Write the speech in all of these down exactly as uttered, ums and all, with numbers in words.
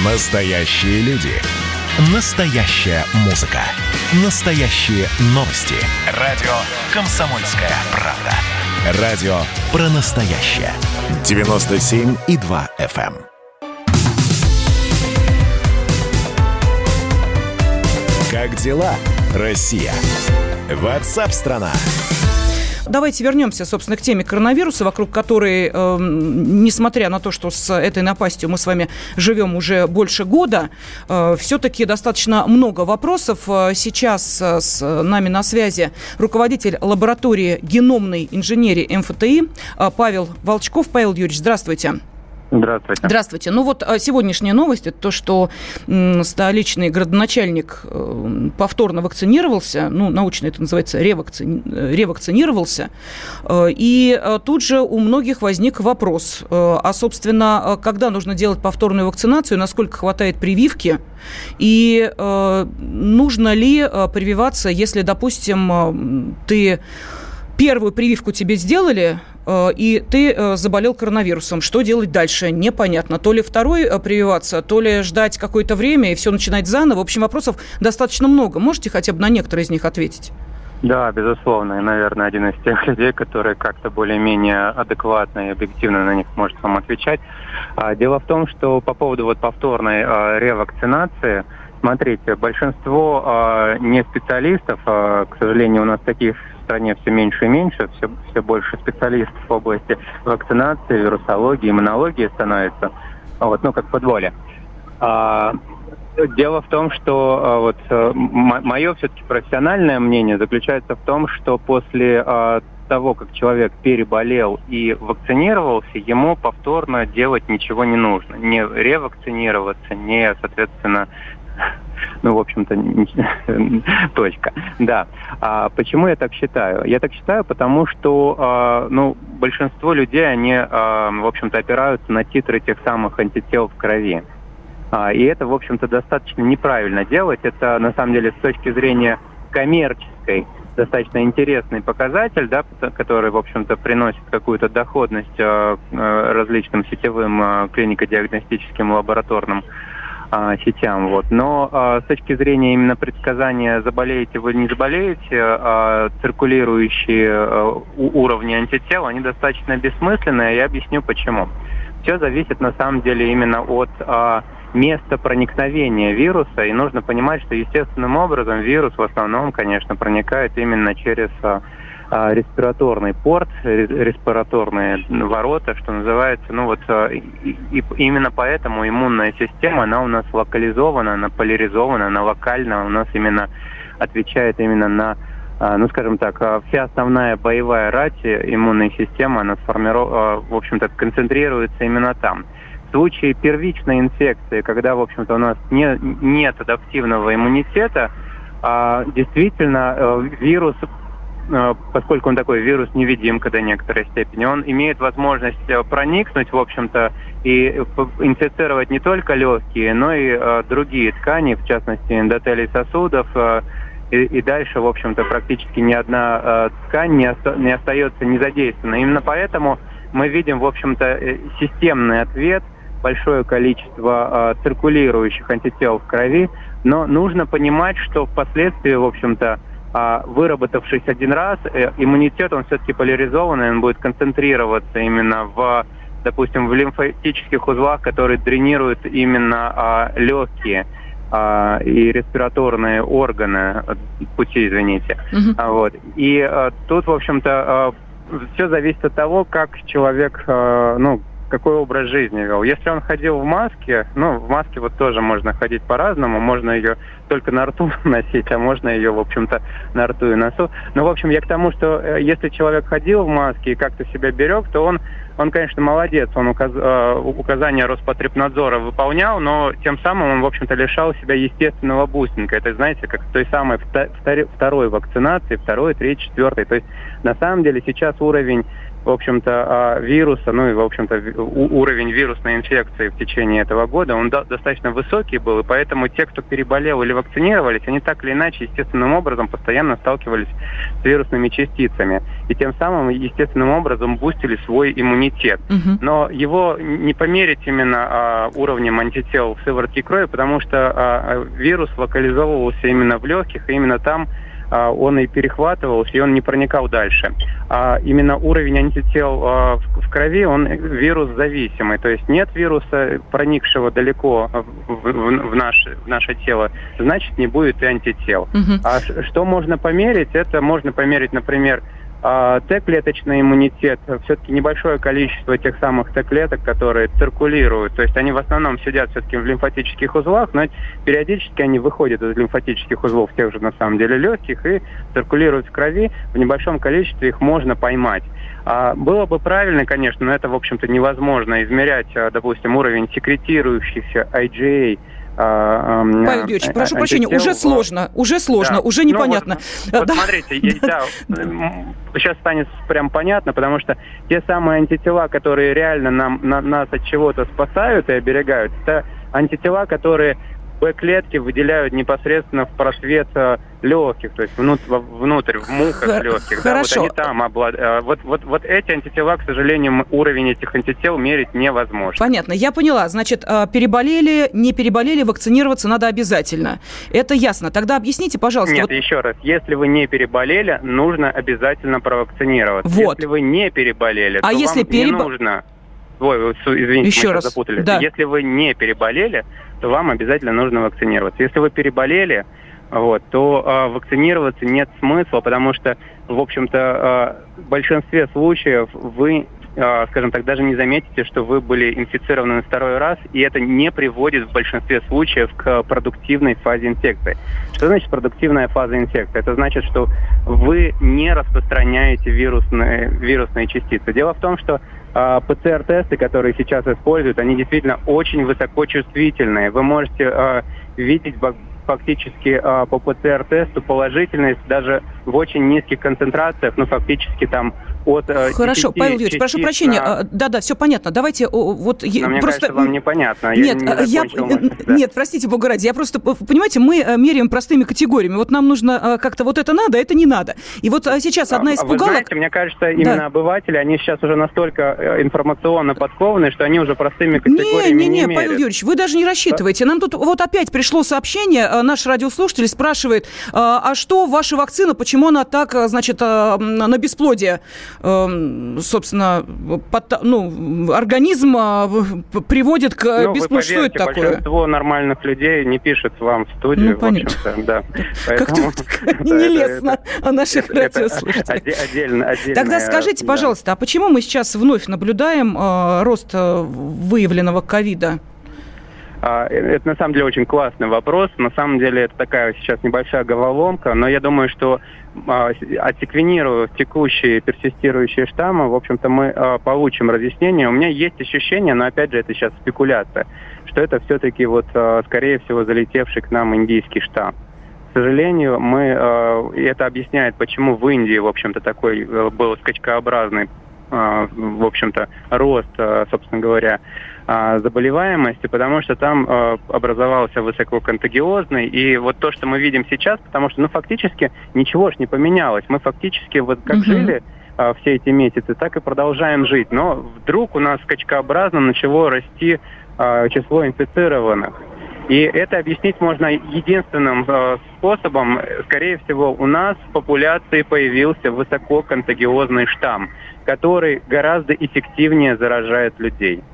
Настоящие люди. Настоящая музыка. Настоящие новости. Радио «Комсомольская правда». Радио про настоящее. девяносто семь и два эф эм. Как дела, Россия? WhatsApp-страна. Давайте вернемся, собственно, к теме коронавируса, вокруг которой, э, несмотря на то, что с этой напастью мы с вами живем уже больше года, э, все-таки достаточно много вопросов. Сейчас с нами на связи руководитель лаборатории геномной инженерии эм эф тэ и Павел Волчков. Павел Юрьевич, здравствуйте. Здравствуйте. Здравствуйте. Ну вот сегодняшняя новость – это то, что м, столичный градоначальник э, повторно вакцинировался, ну, научно это называется ревакци... ревакцинировался, э, и э, тут же у многих возник вопрос, э, а, собственно, когда нужно делать повторную вакцинацию, насколько хватает прививки, и э, нужно ли э, прививаться, если, допустим, э, ты первую прививку тебе сделали, и ты заболел коронавирусом. Что делать дальше? Непонятно. То ли второй прививаться, то ли ждать какое-то время и все начинать заново. В общем, вопросов достаточно много. Можете хотя бы на некоторые из них ответить? Да, безусловно. И, наверное, один из тех людей, которые как-то более-менее адекватно и объективно на них может вам отвечать. Дело в том, что по поводу вот повторной ревакцинации, смотрите, большинство не специалистов, к сожалению, у нас таких в стране все меньше и меньше, все, все больше специалистов в области вакцинации, вирусологии, иммунологии становится, вот, ну, как в футболе. А, дело в том, что а, вот м- мое все-таки профессиональное мнение заключается в том, что после а, того, как человек переболел и вакцинировался, ему повторно делать ничего не нужно. Не ревакцинироваться, не, соответственно, ну, в общем-то, точка. Да. А почему я так считаю? Я так считаю, потому что, а, ну, большинство людей, они, а, в общем-то, опираются на титры тех самых антител в крови. А, и это, в общем-то, достаточно неправильно делать. Это, на самом деле, с точки зрения коммерческой, достаточно интересный показатель, да, который, в общем-то, приносит какую-то доходность а, различным сетевым а, клинико-диагностическим лабораторным сетям. Вот. Но а, с точки зрения именно предсказания, заболеете вы или не заболеете, а, циркулирующие а, уровни антител, они достаточно бессмысленные, я объясню почему. Все зависит на самом деле именно от а, места проникновения вируса, и нужно понимать, что естественным образом вирус в основном, конечно, проникает именно через а, респираторный порт, респираторные ворота, что называется. Ну вот и, и именно поэтому иммунная система, она у нас локализована, она поляризована, она локально у нас именно отвечает именно на, ну скажем так, вся основная боевая рать иммунной системы, она сформирована, в общем-то, концентрируется именно там. В случае первичной инфекции, когда, в общем-то, у нас не, нет адаптивного иммунитета, действительно вирус, поскольку он такой вирус-невидимка до некоторой степени, он имеет возможность проникнуть, в общем-то, и инфицировать не только легкие, но и э, другие ткани, в частности, эндотелий сосудов, э, и, и дальше, в общем-то, практически ни одна э, ткань не, оста- не остается незадействованной. Именно поэтому мы видим, в общем-то, системный ответ, большое количество э, циркулирующих антител в крови, но нужно понимать, что впоследствии, в общем-то, выработавшись один раз, иммунитет, он все-таки поляризованный, он будет концентрироваться именно в, допустим, в лимфатических узлах, которые дренируют именно а, легкие а, и респираторные органы, пути, извините. Uh-huh. А, вот. И а, тут, в общем-то, а, все зависит от того, как человек, а, ну, какой образ жизни вел. Если он ходил в маске, ну, в маске вот тоже можно ходить по-разному, можно ее только на рту носить, а можно ее, в общем-то, на рту и носу. Но, в общем, я к тому, что если человек ходил в маске и как-то себя берег, то он, он конечно, молодец, он указ, указания Роспотребнадзора выполнял, но тем самым он, в общем-то, лишал себя естественного бустинга. Это, знаете, как той самой второй вакцинации, второй, третий, четвертый. То есть, на самом деле, сейчас уровень в общем-то, вируса, ну и, в общем-то, уровень вирусной инфекции в течение этого года, он достаточно высокий был, и поэтому те, кто переболел или вакцинировались, они так или иначе естественным образом постоянно сталкивались с вирусными частицами. И тем самым естественным образом бустили свой иммунитет. Угу. Но его не померить именно а, уровнем антител в сыворотке крови, потому что а, вирус локализовывался именно в легких, и именно там он и перехватывался, и он не проникал дальше. А именно уровень антител а, в, в крови, он вирус-зависимый. То есть нет вируса, проникшего далеко в, в, в, наше, в наше тело, значит, не будет и антител. Угу. А что можно померить? Это можно померить, например, Т-клеточный иммунитет, все-таки небольшое количество тех самых Т-клеток, которые циркулируют. То есть они в основном сидят все-таки в лимфатических узлах, но периодически они выходят из лимфатических узлов тех же, на самом деле, легких и циркулируют в крови. В небольшом количестве их можно поймать. А было бы правильно, конечно, но это, в общем-то, невозможно измерять, допустим, уровень секретирующихся ай джи эй. А, а, Павел Юрьевич, а, прошу прощения, уже сложно, уже сложно, да. уже непонятно. Ну, вот, да. вот смотрите, да, сейчас станет прям понятно, потому что те самые антитела, которые реально нам, на, нас от чего-то спасают и оберегают, это антитела, которые Б-клетки выделяют непосредственно в просвет легких, то есть внутрь, внутрь в мухах легких. Хорошо. Да, вот они там облад... вот, вот, вот эти антитела, к сожалению, уровень этих антител мерить невозможно. Понятно, я поняла. Значит, переболели, не переболели, вакцинироваться надо обязательно. Это ясно. Тогда объясните, пожалуйста. Нет, вот... еще раз. Если вы не переболели, нужно обязательно провакцинироваться. Вот. Если вы не переболели, а то если вам переб... не нужно... Ой, извините, еще мы раз запутались. Да. Если вы не переболели, то вам обязательно нужно вакцинироваться. Если вы переболели, вот, то э, вакцинироваться нет смысла, потому что, в общем-то, э, в большинстве случаев вы, э, скажем так, даже не заметите, что вы были инфицированы на второй раз, и это не приводит в большинстве случаев к продуктивной фазе инфекции. Что значит продуктивная фаза инфекции? Это значит, что вы не распространяете вирусные, вирусные частицы. Дело в том, что ПЦР-тесты, которые сейчас используют, они действительно очень высокочувствительные. Вы можете э, видеть фактически э, по ПЦР-тесту положительность даже в очень низких концентрациях, ну, фактически там от... Э, Хорошо, Павел Юрьевич, прошу прощения. На... Да-да, все понятно. Давайте вот... Но мне просто... кажется, вам непонятно. Нет, я, я... да. Нет, простите, бога ради, я просто... Понимаете, мы меряем простыми категориями. Вот нам нужно как-то вот это надо, это не надо. И вот сейчас одна из Вы пугалок... знаете, мне кажется, именно да. обыватели, они сейчас уже настолько информационно подкованы, что они уже простыми категориями не, не, не, не Павел Юрьевич, вы даже не рассчитываете. Нам тут вот опять пришло сообщение, наш радиослушатель спрашивает, а что ваша вакцина, почему она так, значит, на бесплодие, собственно, под, ну, организм приводит к ну, бесплодию? Что это такое? Большинство нормальных людей не пишет вам в студию, ну, в общем-то, да. Как-то нелестно о наших радиослушателях. Тогда скажите, пожалуйста, а почему мы сейчас вновь наблюдаем э, рост э, выявленного ковида? Это, на самом деле, очень классный вопрос. На самом деле, это такая сейчас небольшая головоломка, но я думаю, что отсеквенируя текущие персистирующие штаммы, в общем-то, мы получим разъяснение. У меня есть ощущение, но, опять же, это сейчас спекуляция, что это все-таки, вот, скорее всего, залетевший к нам индийский штамм. К сожалению, мы, и это объясняет, почему в Индии, в общем-то, такой был скачкообразный, в общем-то, рост, собственно говоря, заболеваемости, потому что там образовался высококонтагиозный. И вот то, что мы видим сейчас, потому что, ну, фактически ничего ж не поменялось. Мы фактически вот как угу. жили все эти месяцы, так и продолжаем жить. Но вдруг у нас скачкообразно начало расти число инфицированных. И это объяснить можно единственным э, способом. Скорее всего, у нас в популяции появился высококонтагиозный штамм, который гораздо эффективнее заражает людей.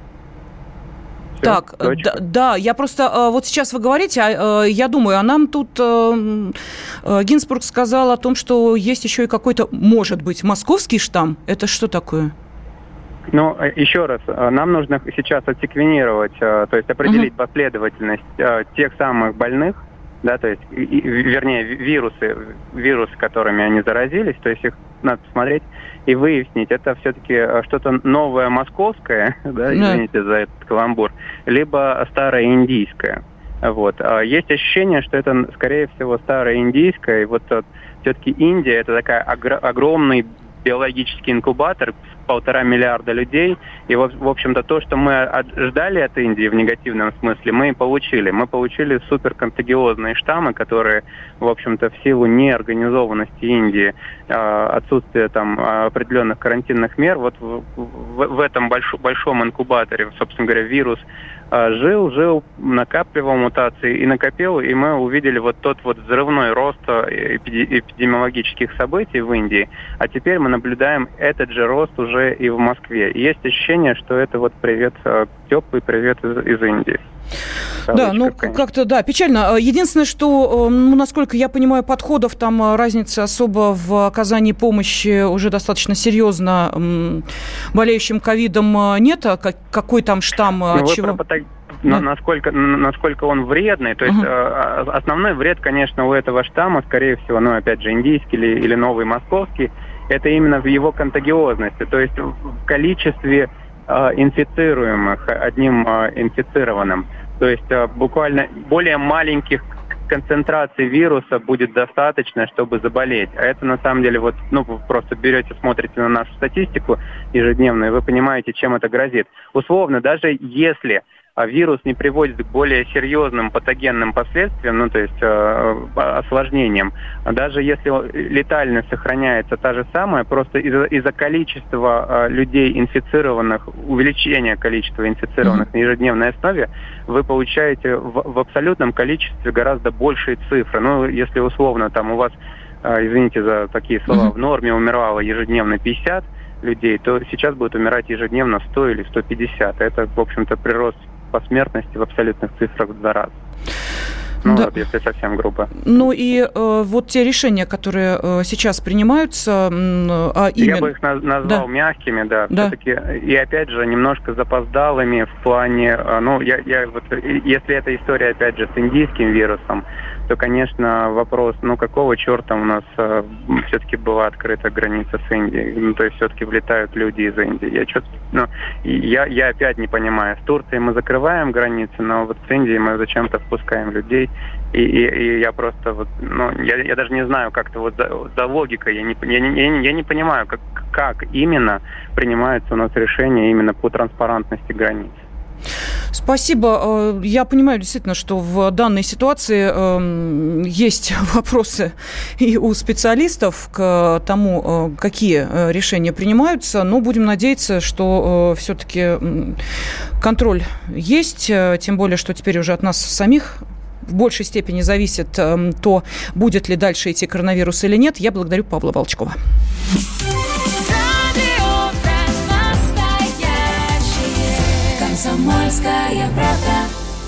Все, так, да, да, я просто, э, вот сейчас вы говорите, э, я думаю, а нам тут э, э, Гинзбург сказал о том, что есть еще и какой-то, может быть, московский штамм. Это что такое? Ну, еще раз, нам нужно сейчас отсеквенировать, то есть определить uh-huh. последовательность тех самых больных, да, то есть, вернее, вирусы, вирусы, которыми они заразились, то есть их надо посмотреть и выяснить, это все-таки что-то новое московское, да, извините uh-huh. за этот каламбур, либо старое индийское. Вот. Есть ощущение, что это, скорее всего, старое индийское, и вот все-таки Индия — это такая огр- огромный биологический инкубатор, полтора миллиарда людей. И, в общем-то, то, что мы ждали от Индии в негативном смысле, мы и получили. Мы получили суперконтагиозные штаммы, которые, в общем-то, в силу неорганизованности Индии, отсутствия там определенных карантинных мер, вот в, в, в этом больш, большом инкубаторе, собственно говоря, вирус жил, жил, накапливал мутации и накопил, и мы увидели вот тот вот взрывной рост эпидемиологических событий в Индии, а теперь мы наблюдаем этот же рост уже и в Москве. И есть ощущение, что это вот привет, теплый привет из, из Индии. Да, ну как-то, да, печально. Единственное, что, ну, насколько я понимаю, подходов там разницы особо в оказании помощи уже достаточно серьезно болеющим ковидом нет. А какой там штамм, от ну, чего? Да. Насколько, насколько он вредный. То есть uh-huh. основной вред, конечно, у этого штамма, скорее всего, ну, опять же, индийский или, или новый московский, это именно в его контагиозности, то есть в количестве инфицируемых одним инфицированным. То есть буквально более маленьких концентраций вируса будет достаточно, чтобы заболеть. А это на самом деле, вот, ну, вы просто берете, смотрите на нашу статистику ежедневную, и вы понимаете, чем это грозит. Условно, даже если а вирус не приводит к более серьезным патогенным последствиям, ну, то есть э, осложнениям, даже если летальность сохраняется та же самая, просто из-за, из-за количества э, людей инфицированных, увеличения количества инфицированных mm-hmm. на ежедневной основе, вы получаете в, в абсолютном количестве гораздо большие цифры. Ну, если условно там у вас, э, извините за такие слова, mm-hmm. в норме умирало ежедневно пятьдесят людей, то сейчас будет умирать ежедневно сто или сто пятьдесят. Это, в общем-то, прирост по смертности в абсолютных цифрах в два раза. Ну, да. Вот, если совсем грубо. Ну и э, вот те решения, которые э, сейчас принимаются, э, а именно... Я бы их на- назвал да. мягкими, да, да. Все-таки, и опять же, немножко запоздалыми в плане, э, ну, я, я вот, если эта история, опять же, с индийским вирусом, то, конечно, вопрос, ну, какого черта у нас э, все-таки была открыта граница с Индией? Ну, то есть все-таки влетают люди из Индии. Я что-то, ну, я, я опять не понимаю. С Турцией мы закрываем границы, но вот с Индией мы зачем-то впускаем людей. И, и, и я просто вот, ну, я, я даже не знаю, как-то вот за, за логикой, я не, я, не, я не понимаю, как, как именно принимается у нас решение именно по транспарентности границ. Спасибо. Я понимаю действительно, что в данной ситуации э, есть вопросы и у специалистов к тому, э, какие решения принимаются, но будем надеяться, что э, все-таки контроль есть, тем более, что теперь уже от нас самих в большей степени зависит э, то, будет ли дальше идти коронавирус или нет. Я благодарю Павла Волчкова. «Комсомольская правда».